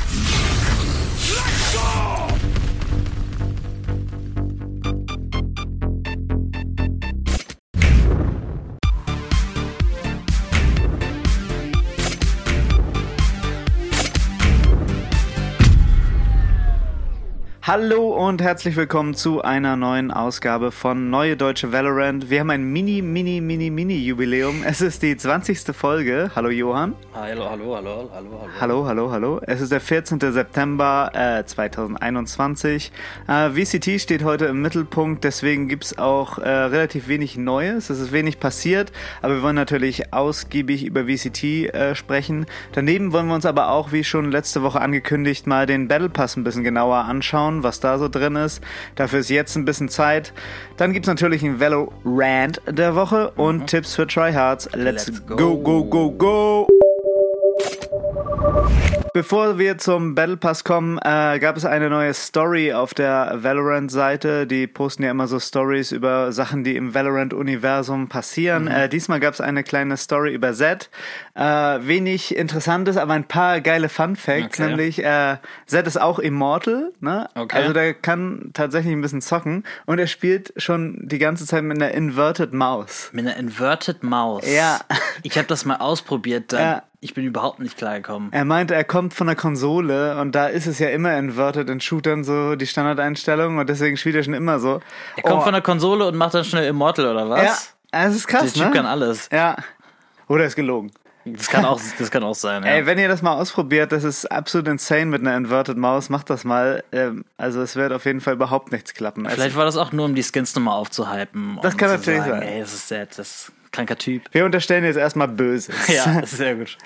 Hallo und herzlich willkommen zu einer neuen Ausgabe von Neue Deutsche Valorant. Wir haben ein Mini-Jubiläum. Es ist die 20. Folge. Hallo Johann. Hallo. Es ist der 14. September 2021. VCT steht heute im Mittelpunkt, deswegen gibt's auch relativ wenig Neues. Es ist wenig passiert, aber wir wollen natürlich ausgiebig über VCT sprechen. Daneben wollen wir uns aber auch, wie schon letzte Woche angekündigt, mal den Battle Pass ein bisschen genauer anschauen, was da so drin ist. Dafür ist jetzt ein bisschen Zeit. Dann gibt's natürlich einen Valorant der Woche und Tipps für Tryhards. Let's go! Bevor wir zum Battle Pass kommen, gab es eine neue Story auf der Valorant-Seite. Die posten ja immer so Stories über Sachen, die im Valorant-Universum passieren. Diesmal gab es eine kleine Story über Zed. Wenig Interessantes, aber ein paar geile Fun-Facts. Okay. Nämlich, Zed ist auch Immortal, ne? Okay. Also der kann tatsächlich ein bisschen zocken. Und er spielt schon die ganze Zeit mit einer Inverted Mouse. Mit einer Inverted Mouse? Ja. Ich habe das mal ausprobiert, ja. Ich bin überhaupt nicht klargekommen. Er meinte, er kommt von der Konsole und da ist es ja immer inverted in Shootern so die Standardeinstellung und deswegen spielt er schon immer so. Er kommt von der Konsole und macht dann schnell Immortal oder was? Ja, das ist krass, Der Typ kann alles. Ja. Oder ist gelogen. Das kann auch sein, ja. Ey, wenn ihr das mal ausprobiert, das ist absolut insane mit einer Inverted Maus, macht das mal. Also es wird auf jeden Fall überhaupt nichts klappen. Vielleicht war das auch nur, um die Skins nochmal aufzuhypen. Das kann natürlich sein. Ey, das ist Zed, das ist ein kranker Typ. Wir unterstellen jetzt erstmal Böses. Ja, das ist sehr gut.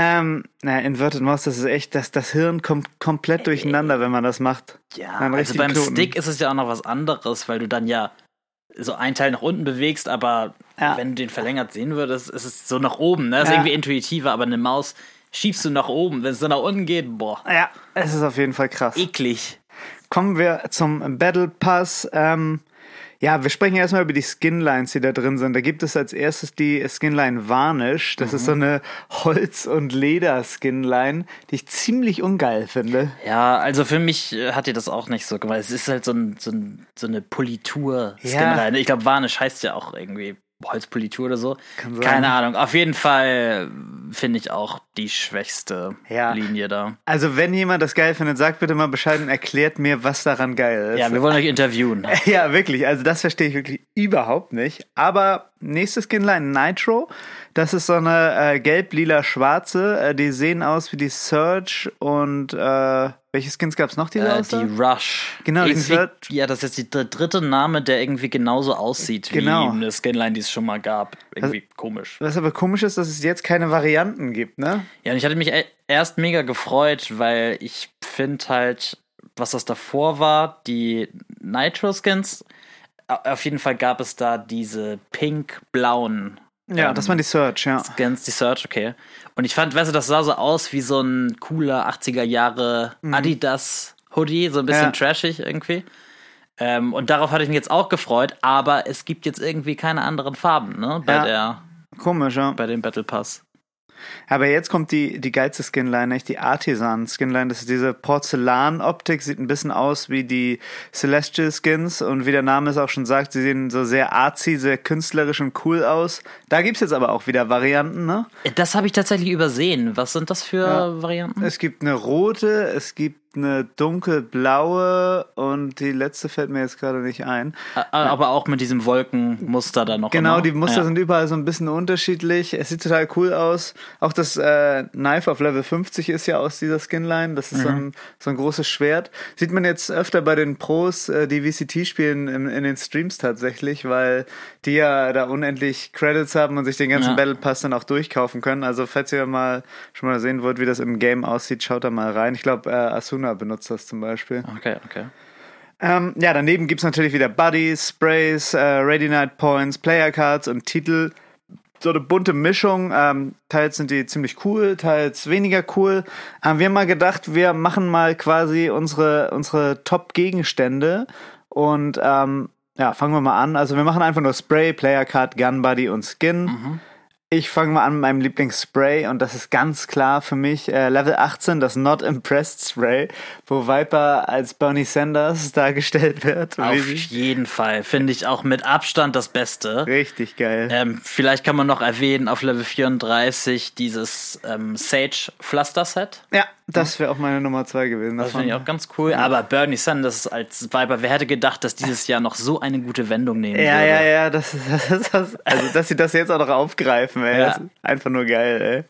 Inverted Mouse, das ist echt, das Hirn kommt komplett durcheinander, wenn man das macht. Ja, also beim Knoten. Stick ist es ja auch noch was anderes, weil du dann ja so einen Teil nach unten bewegst, aber wenn du den verlängert sehen würdest, ist es so nach oben, ne? Das ist irgendwie intuitiver, aber eine Maus schiebst du nach oben, wenn es dann nach unten geht, boah. Ja, es ist auf jeden Fall krass. Eklig. Kommen wir zum Battle Pass. Wir sprechen erstmal über die Skinlines, die da drin sind. Da gibt es als erstes die Skinline Varnish. Das ist so eine Holz- und Leder-Skinline, die ich ziemlich ungeil finde. Ja, also für mich hat dir das auch nicht so gemacht. Es ist halt so eine Politur-Skinline. Ja. Ich glaube, Varnish heißt ja auch irgendwie Holzpolitur oder so. Kann sein. Keine Ahnung. Auf jeden Fall finde ich auch die schwächste Linie da. Also wenn jemand das geil findet, sagt bitte mal Bescheid und erklärt mir, was daran geil ist. Ja, wir wollen euch interviewen. Ja, wirklich. Also das verstehe ich wirklich überhaupt nicht. Aber nächstes Skinline, Nitro. Das ist so eine gelb-lila-schwarze. Die sehen aus wie die Surge und welche Skins gab es noch, die da Die Rush. Genau, die Surge. Ja, das ist jetzt der dritte Name, der irgendwie genauso aussieht wie eine Skinline, die es schon mal gab. Irgendwie komisch. Was aber komisch ist, dass es jetzt keine Varianten gibt, ne? Ja, und ich hatte mich erst mega gefreut, weil ich finde halt, was das davor war, die Nitro-Skins, auf jeden Fall gab es da diese pink-blauen ja, das waren die Surge, ja. Skins, die Surge, okay. Und ich fand, weißt du, das sah so aus wie so ein cooler 80er Jahre Adidas-Hoodie, so ein bisschen trashig irgendwie. Und darauf hatte ich mich jetzt auch gefreut, aber es gibt jetzt irgendwie keine anderen Farben, ne? Komisch, ja. Bei dem Battle Pass. Aber jetzt kommt die geilste Skinline, nicht die Artisan-Skinline. Das ist diese Porzellan-Optik, sieht ein bisschen aus wie die Celestial-Skins und wie der Name es auch schon sagt, sie sehen so sehr artsy, sehr künstlerisch und cool aus. Da gibt's jetzt aber auch wieder Varianten, ne? Das habe ich tatsächlich übersehen. Was sind das für Varianten? Es gibt eine rote, es gibt eine dunkelblaue und die letzte fällt mir jetzt gerade nicht ein. Aber auch mit diesem Wolkenmuster da noch. Genau, immer. Die Muster sind überall so ein bisschen unterschiedlich. Es sieht total cool aus. Auch das Knife auf Level 50 ist ja aus dieser Skinline. Das ist so ein großes Schwert. Sieht man jetzt öfter bei den Pros, die VCT spielen in den Streams tatsächlich, weil die ja da unendlich Credits haben und sich den ganzen Battle Pass dann auch durchkaufen können. Also falls ihr schon mal sehen wollt, wie das im Game aussieht, schaut da mal rein. Ich glaube, Asuna benutzt das zum Beispiel. Okay. Daneben gibt es natürlich wieder Buddies, Sprays, Ready Night Points, Player Cards und Titel. So eine bunte Mischung. Teils sind die ziemlich cool, teils weniger cool. Wir haben mal gedacht, wir machen mal quasi unsere Top-Gegenstände und fangen wir mal an. Also wir machen einfach nur Spray, Player Card, Gun Buddy und Skin. Ich fange mal an mit meinem Lieblingsspray und das ist ganz klar für mich Level 18, das Not Impressed Spray, wo Viper als Bernie Sanders dargestellt wird. Auf jeden Fall, finde ich auch mit Abstand das Beste. Richtig geil. Vielleicht kann man noch erwähnen, auf Level 34 dieses Sage Pflaster Set. Ja, das wäre auch meine Nummer 2 gewesen. Das finde ich auch ganz cool. Ja. Aber Bernie Sanders als Viper, wer hätte gedacht, dass dieses Jahr noch so eine gute Wendung nehmen würde? Ja, das, also dass sie das jetzt auch noch aufgreifen. Ey. Ja. Das ist einfach nur geil,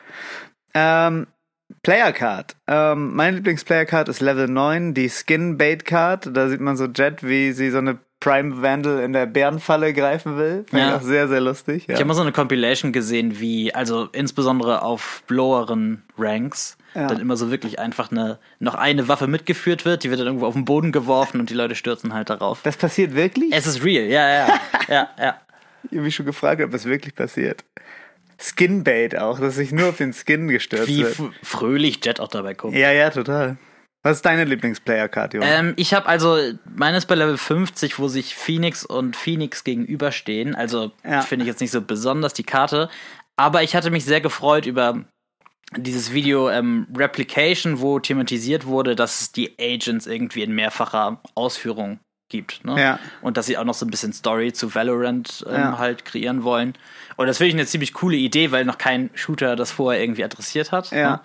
ey. Player Card. Mein Lieblingsplayer Card ist Level 9, die Skin Bait Card. Da sieht man so Jet, wie sie so eine Prime Vandal in der Bärenfalle greifen will. Finde ich auch sehr, sehr lustig. Ja. Ich habe mal so eine Compilation gesehen, also insbesondere auf loweren Ranks, dann immer so wirklich einfach noch eine Waffe mitgeführt wird, die wird dann irgendwo auf den Boden geworfen und die Leute stürzen halt darauf. Das passiert wirklich? Es ist real, ja. Ich habe mich schon gefragt, ob das wirklich passiert. Skinbait auch, dass sich nur auf den Skin gestürzt wird. Wie fröhlich Jet auch dabei guckt. Ja, total. Was ist deine Lieblingsplayer-Card, Junge? Ich habe meines bei Level 50, wo sich Phoenix und Phoenix gegenüberstehen. Also finde ich jetzt nicht so besonders die Karte. Aber ich hatte mich sehr gefreut über dieses Video Replication, wo thematisiert wurde, dass es die Agents irgendwie in mehrfacher Ausführung gibt. Ne? Ja. Und dass sie auch noch so ein bisschen Story zu Valorant halt kreieren wollen. Und das finde ich eine ziemlich coole Idee, weil noch kein Shooter das vorher irgendwie adressiert hat. Ja.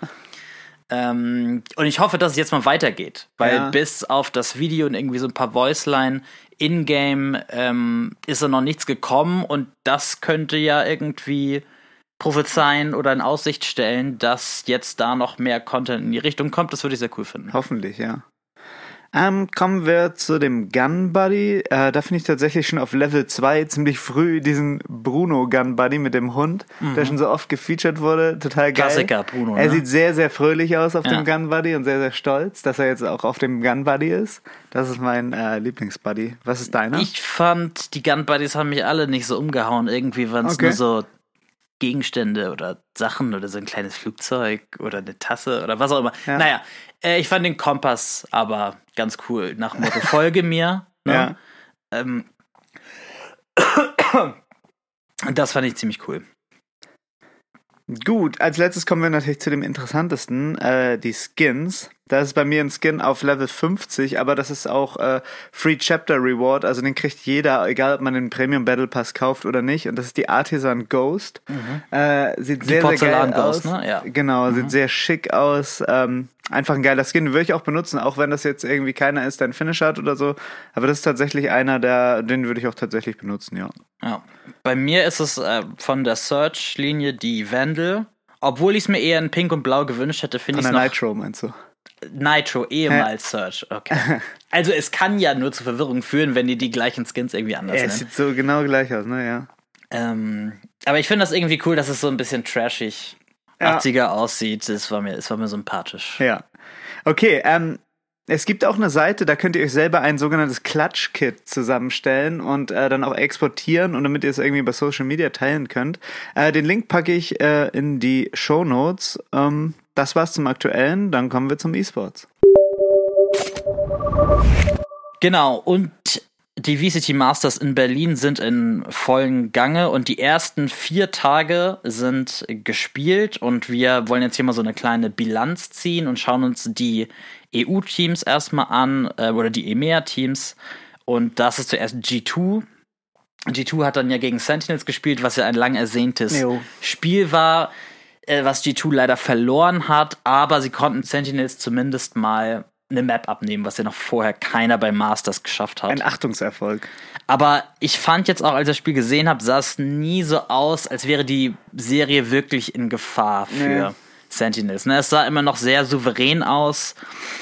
Ne? Und ich hoffe, dass es jetzt mal weitergeht. Weil bis auf das Video und irgendwie so ein paar Voiceline in-game ist da noch nichts gekommen. Und das könnte ja irgendwie prophezeien oder in Aussicht stellen, dass jetzt da noch mehr Content in die Richtung kommt. Das würde ich sehr cool finden. Hoffentlich, ja. Kommen wir zu dem Gun Buddy. Da finde ich tatsächlich schon auf Level 2 ziemlich früh diesen Bruno Gun Buddy mit dem Hund, der schon so oft gefeatured wurde. Total geil. Klassiker, Bruno. Er sieht sehr, sehr fröhlich aus auf dem Gun Buddy und sehr, sehr stolz, dass er jetzt auch auf dem Gun Buddy ist. Das ist mein Lieblingsbuddy. Was ist deiner? Ich fand, die Gun Buddies haben mich alle nicht so umgehauen. Irgendwie waren es nur so Gegenstände oder Sachen oder so ein kleines Flugzeug oder eine Tasse oder was auch immer. Ja. Naja, ich fand den Kompass aber ganz cool. Nach dem Motto, folge mir. Ne? Ja. Das fand ich ziemlich cool. Gut, als letztes kommen wir natürlich zu dem interessantesten, die Skins. Das ist bei mir ein Skin auf Level 50, aber das ist auch Free Chapter Reward, also den kriegt jeder, egal ob man den Premium Battle Pass kauft oder nicht. Und das ist die Artisan Ghost. Sieht sehr, sehr geil aus. Ne? Ja. Genau, sieht sehr schick aus. Einfach ein geiler Skin, würde ich auch benutzen, auch wenn das jetzt irgendwie keiner ist, der einen Finish hat oder so. Aber das ist tatsächlich einer, den würde ich auch tatsächlich benutzen, ja. Bei mir ist es von der Search-Linie die Vandal. Obwohl ich es mir eher in Pink und Blau gewünscht hätte, finde ich es noch... Nitro, meinst du? Nitro, ehemals Search, okay. Also es kann ja nur zu Verwirrung führen, wenn die gleichen Skins irgendwie anders nennen. Es sieht so genau gleich aus, ne, ja. Aber ich finde das irgendwie cool, dass es so ein bisschen trashig 80er aussieht. Es war mir sympathisch. Ja. Okay, es gibt auch eine Seite, da könnt ihr euch selber ein sogenanntes Klatsch-Kit zusammenstellen und dann auch exportieren und damit ihr es irgendwie bei Social Media teilen könnt. Den Link packe ich in die Shownotes. Das war's zum Aktuellen, dann kommen wir zum E-Sports. Genau, und die VCT Masters in Berlin sind in vollen Gange und die ersten 4 Tage sind gespielt und wir wollen jetzt hier mal so eine kleine Bilanz ziehen und schauen uns die EU-Teams erstmal an, oder die EMEA-Teams, und das ist zuerst G2. G2 hat dann ja gegen Sentinels gespielt, was ja ein lang ersehntes Spiel war, was G2 leider verloren hat, aber sie konnten Sentinels zumindest mal eine Map abnehmen, was ja noch vorher keiner bei Masters geschafft hat. Ein Achtungserfolg. Aber ich fand jetzt auch, als ich das Spiel gesehen habe, sah es nie so aus, als wäre die Serie wirklich in Gefahr für Sentinels. Ne? Es sah immer noch sehr souverän aus.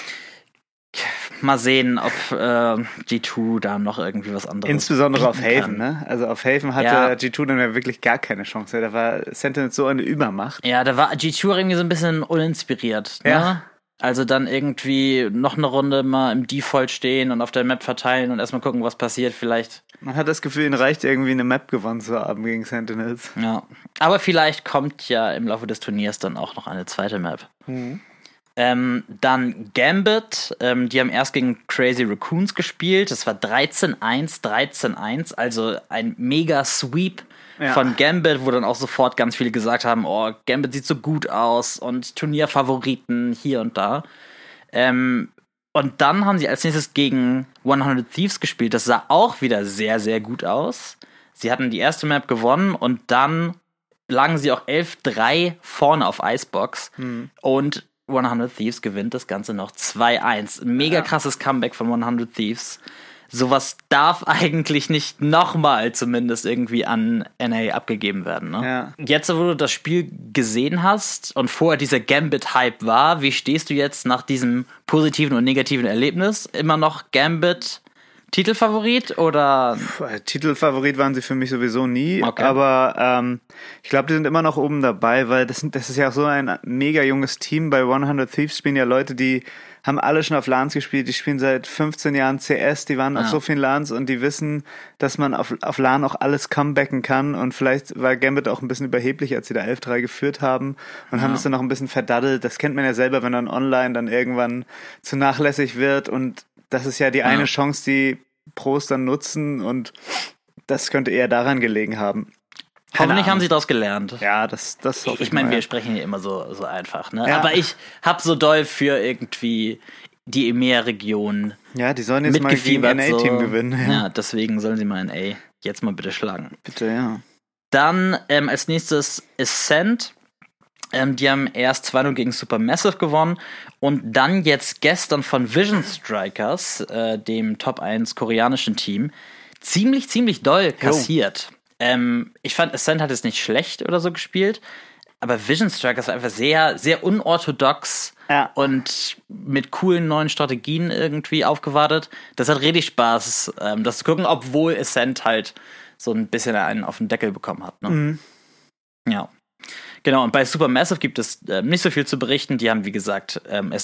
Mal sehen, ob G2 da noch irgendwie was anderes insbesondere auf Haven, ne? Also auf Haven hatte G2 dann ja wirklich gar keine Chance. Da war Sentinels so eine Übermacht. Ja, da war G2 irgendwie so ein bisschen uninspiriert. Ne? Ja. Also dann irgendwie noch eine Runde mal im Default stehen und auf der Map verteilen und erstmal gucken, was passiert vielleicht. Man hat das Gefühl, ihnen reicht irgendwie eine Map gewonnen zu haben gegen Sentinels. Ja, aber vielleicht kommt ja im Laufe des Turniers dann auch noch eine zweite Map. Dann Gambit, die haben erst gegen Crazy Raccoons gespielt. Das war 13-1, 13-1, also ein mega Sweep von Gambit, wo dann auch sofort ganz viele gesagt haben, oh, Gambit sieht so gut aus und Turnierfavoriten hier und da. Und dann haben sie als nächstes gegen 100 Thieves gespielt. Das sah auch wieder sehr, sehr gut aus. Sie hatten die erste Map gewonnen und dann lagen sie auch 11-3 vorne auf Icebox. Und 100 Thieves gewinnt das Ganze noch 2-1. Mega krasses Comeback von 100 Thieves. Sowas darf eigentlich nicht nochmal zumindest irgendwie an NA abgegeben werden. Ne? Ja. Jetzt, wo du das Spiel gesehen hast und vorher dieser Gambit-Hype war, wie stehst du jetzt nach diesem positiven und negativen Erlebnis? Immer noch Gambit Titelfavorit oder? Titelfavorit waren sie für mich sowieso nie, aber ich glaube, die sind immer noch oben dabei, weil das ist ja auch so ein mega junges Team. Bei 100 Thieves spielen ja Leute, die haben alle schon auf LANs gespielt, die spielen seit 15 Jahren CS, die waren auf so vielen LANs und die wissen, dass man auf LAN auch alles comebacken kann und vielleicht war Gambit auch ein bisschen überheblich, als sie da 11-3 geführt haben und haben das dann noch ein bisschen verdaddelt. Das kennt man ja selber, wenn dann online dann irgendwann zu nachlässig wird und das ist ja die eine Chance, die Pros dann nutzen und das könnte eher daran gelegen haben. Hoffentlich haben sie daraus gelernt. Ja, das hoffe ich meine, wir sprechen hier immer so einfach, ne? Ja. Aber ich hab so doll für irgendwie die EMEA-Region die sollen jetzt mal gegen ein NA-Team gewinnen. Ja, deswegen sollen sie mal NA jetzt mal bitte schlagen. Bitte, ja. Dann als nächstes Ascent. Die haben erst 2-0 gegen Supermassive gewonnen und dann jetzt gestern von Vision Strikers, dem Top 1 koreanischen Team, ziemlich doll kassiert. Ich fand, Ascent hat es nicht schlecht oder so gespielt, aber Vision Strikers war einfach sehr, sehr unorthodox und mit coolen neuen Strategien irgendwie aufgewartet. Das hat richtig Spaß, das zu gucken, obwohl Ascent halt so ein bisschen einen auf den Deckel bekommen hat. Ne? Ja. Genau, und bei Supermassive gibt es nicht so viel zu berichten. Die haben, wie gesagt,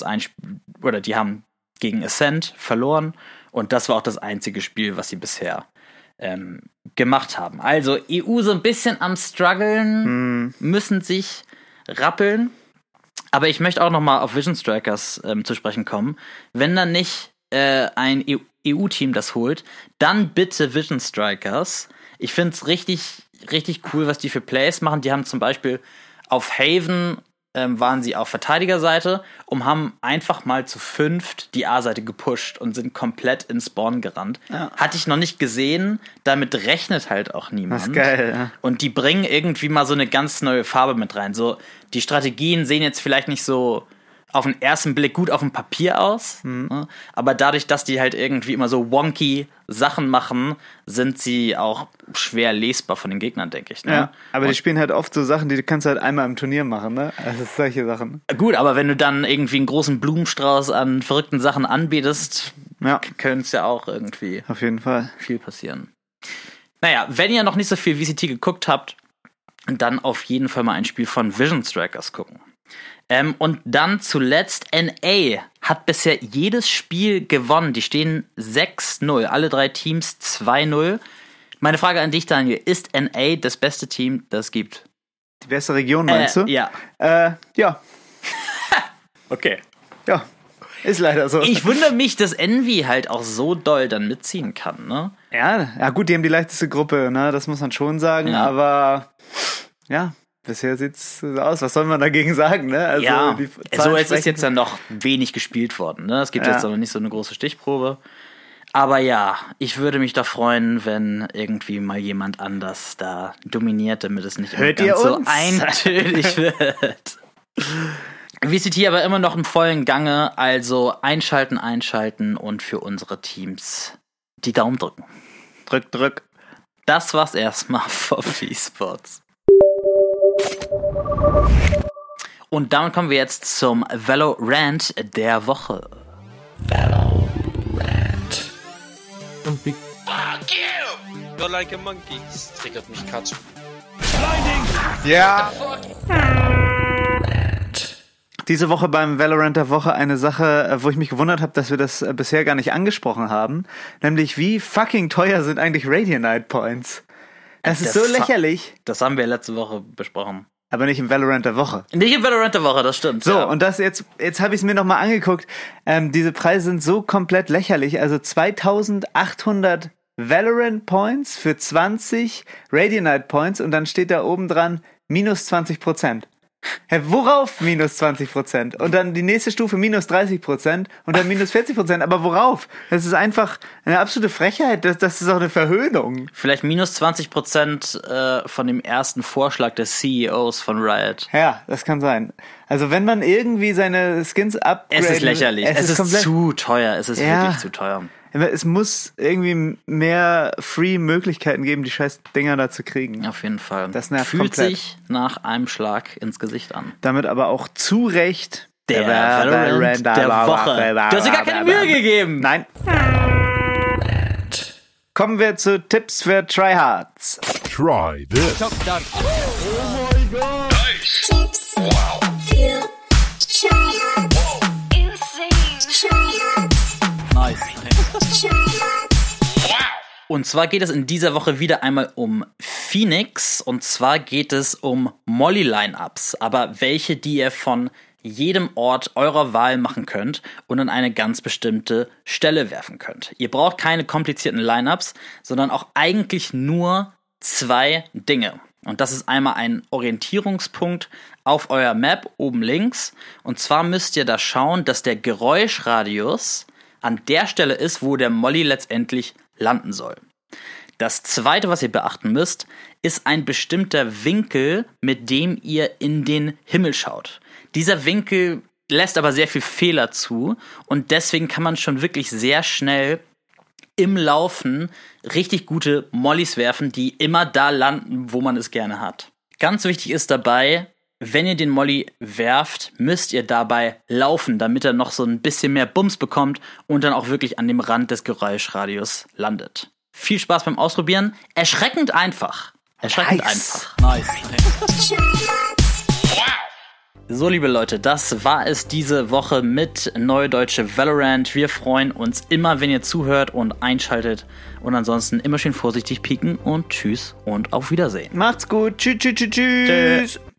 die haben gegen Ascent verloren und das war auch das einzige Spiel, was sie bisher gemacht haben. Also EU so ein bisschen am Struggeln, müssen sich rappeln. Aber ich möchte auch noch mal auf Vision Strikers zu sprechen kommen. Wenn dann nicht ein EU-Team das holt, dann bitte Vision Strikers. Ich finde es richtig cool, was die für Plays machen. Die haben zum Beispiel auf Haven waren sie auf Verteidigerseite und haben einfach mal zu 5 die A-Seite gepusht und sind komplett in Spawn gerannt. Ja. Hatte ich noch nicht gesehen, damit rechnet halt auch niemand. Das ist geil, ja. Und die bringen irgendwie mal so eine ganz neue Farbe mit rein. So, die Strategien sehen jetzt vielleicht nicht so auf den ersten Blick gut auf dem Papier aus, ne? Aber dadurch, dass die halt irgendwie immer so wonky Sachen machen, sind sie auch schwer lesbar von den Gegnern, denke ich. Ne? Ja, aber die spielen halt oft so Sachen, die du kannst halt einmal im Turnier machen, ne? Also solche Sachen. Gut, aber wenn du dann irgendwie einen großen Blumenstrauß an verrückten Sachen anbietest, könnte es ja auch irgendwie auf jeden Fall viel passieren. Naja, wenn ihr noch nicht so viel VCT geguckt habt, dann auf jeden Fall mal ein Spiel von Vision Strikers gucken. Und dann zuletzt NA hat bisher jedes Spiel gewonnen. Die stehen 6-0. Alle 3 Teams 2-0. Meine Frage an dich, Daniel. Ist NA das beste Team, das es gibt? Die beste Region, meinst du? Ja. Ja. Okay. Ja, ist leider so. Ich wundere mich, dass Envy halt auch so doll dann mitziehen kann, ne? Ja, gut, die haben die leichteste Gruppe, ne? Das muss man schon sagen. Ja. Aber ja, bisher sieht's so aus. Was soll man dagegen sagen, ne? Also ja, so es ist jetzt dann noch wenig gespielt worden, ne? Es gibt jetzt noch nicht so eine große Stichprobe. Aber ja, ich würde mich da freuen, wenn irgendwie mal jemand anders da dominiert, damit es nicht ganz so eintönig wird. VCT aber immer noch im vollen Gange, also einschalten und für unsere Teams die Daumen drücken. Drück. Das war's erstmal von eSports. Und damit kommen wir jetzt zum Valorant der Woche. Valorant. Fuck you! You're like a monkey. Das triggert mich Katsch. Blinding! Ja. Diese Woche beim Valorant der Woche eine Sache, wo ich mich gewundert habe, dass wir das bisher gar nicht angesprochen haben. Nämlich, wie fucking teuer sind eigentlich Radiant Points? Das ist so lächerlich. Das haben wir letzte Woche besprochen. Aber nicht im Valorant der Woche. Nicht im Valorant der Woche, das stimmt. So, und das jetzt habe ich es mir nochmal angeguckt. Diese Preise sind so komplett lächerlich. Also 2800 Valorant Points für 20 Radiant Points und dann steht da oben dran minus 20%. Hä, worauf minus 20%? Und dann die nächste Stufe minus 30% und dann minus 40%. Aber worauf? Das ist einfach eine absolute Frechheit. Das ist auch eine Verhöhnung. Vielleicht minus 20% von dem ersten Vorschlag des CEOs von Riot. Ja, das kann sein. Also wenn man irgendwie seine Skins upgradet... Es ist lächerlich. Es ist zu teuer. Es ist wirklich zu teuer. Es muss irgendwie mehr Free-Möglichkeiten geben, die scheiß Dinger da zu kriegen. Auf jeden Fall. Das nervt Fühlt komplett. sich nach einem Schlag ins Gesicht an. Damit aber auch zu Recht der Valorant der Woche. Du hast dir gar keine Mühe gegeben. Nein. Kommen wir zu Tipps für Tryhards. Try this. Oh my god! Nice! Tips für Tryhards. Insane. Tryhards. Nice. Tryhards. Wow! Und zwar geht es in dieser Woche wieder einmal um Phoenix. Und zwar geht es um Molly-Line-Ups. Aber welche, die ihr von jedem Ort eurer Wahl machen könnt und an eine ganz bestimmte Stelle werfen könnt. Ihr braucht keine komplizierten Line-Ups, sondern auch eigentlich nur 2 Dinge. Und das ist einmal ein Orientierungspunkt auf eurer Map oben links. Und zwar müsst ihr da schauen, dass der Geräuschradius an der Stelle ist, wo der Molly letztendlich landen soll. Das zweite, was ihr beachten müsst, ist ein bestimmter Winkel, mit dem ihr in den Himmel schaut. Dieser Winkel lässt aber sehr viel Fehler zu und deswegen kann man schon wirklich sehr schnell im Laufen richtig gute Mollys werfen, die immer da landen, wo man es gerne hat. Ganz wichtig ist dabei, wenn ihr den Molly werft, müsst ihr dabei laufen, damit er noch so ein bisschen mehr Bums bekommt und dann auch wirklich an dem Rand des Geräuschradius landet. Viel Spaß beim Ausprobieren. Erschreckend einfach. Einfach. Nice. So, liebe Leute, das war es diese Woche mit Neue Deutsche Valorant. Wir freuen uns immer, wenn ihr zuhört und einschaltet. Und ansonsten immer schön vorsichtig pieken und tschüss und auf Wiedersehen. Macht's gut. Tschüss.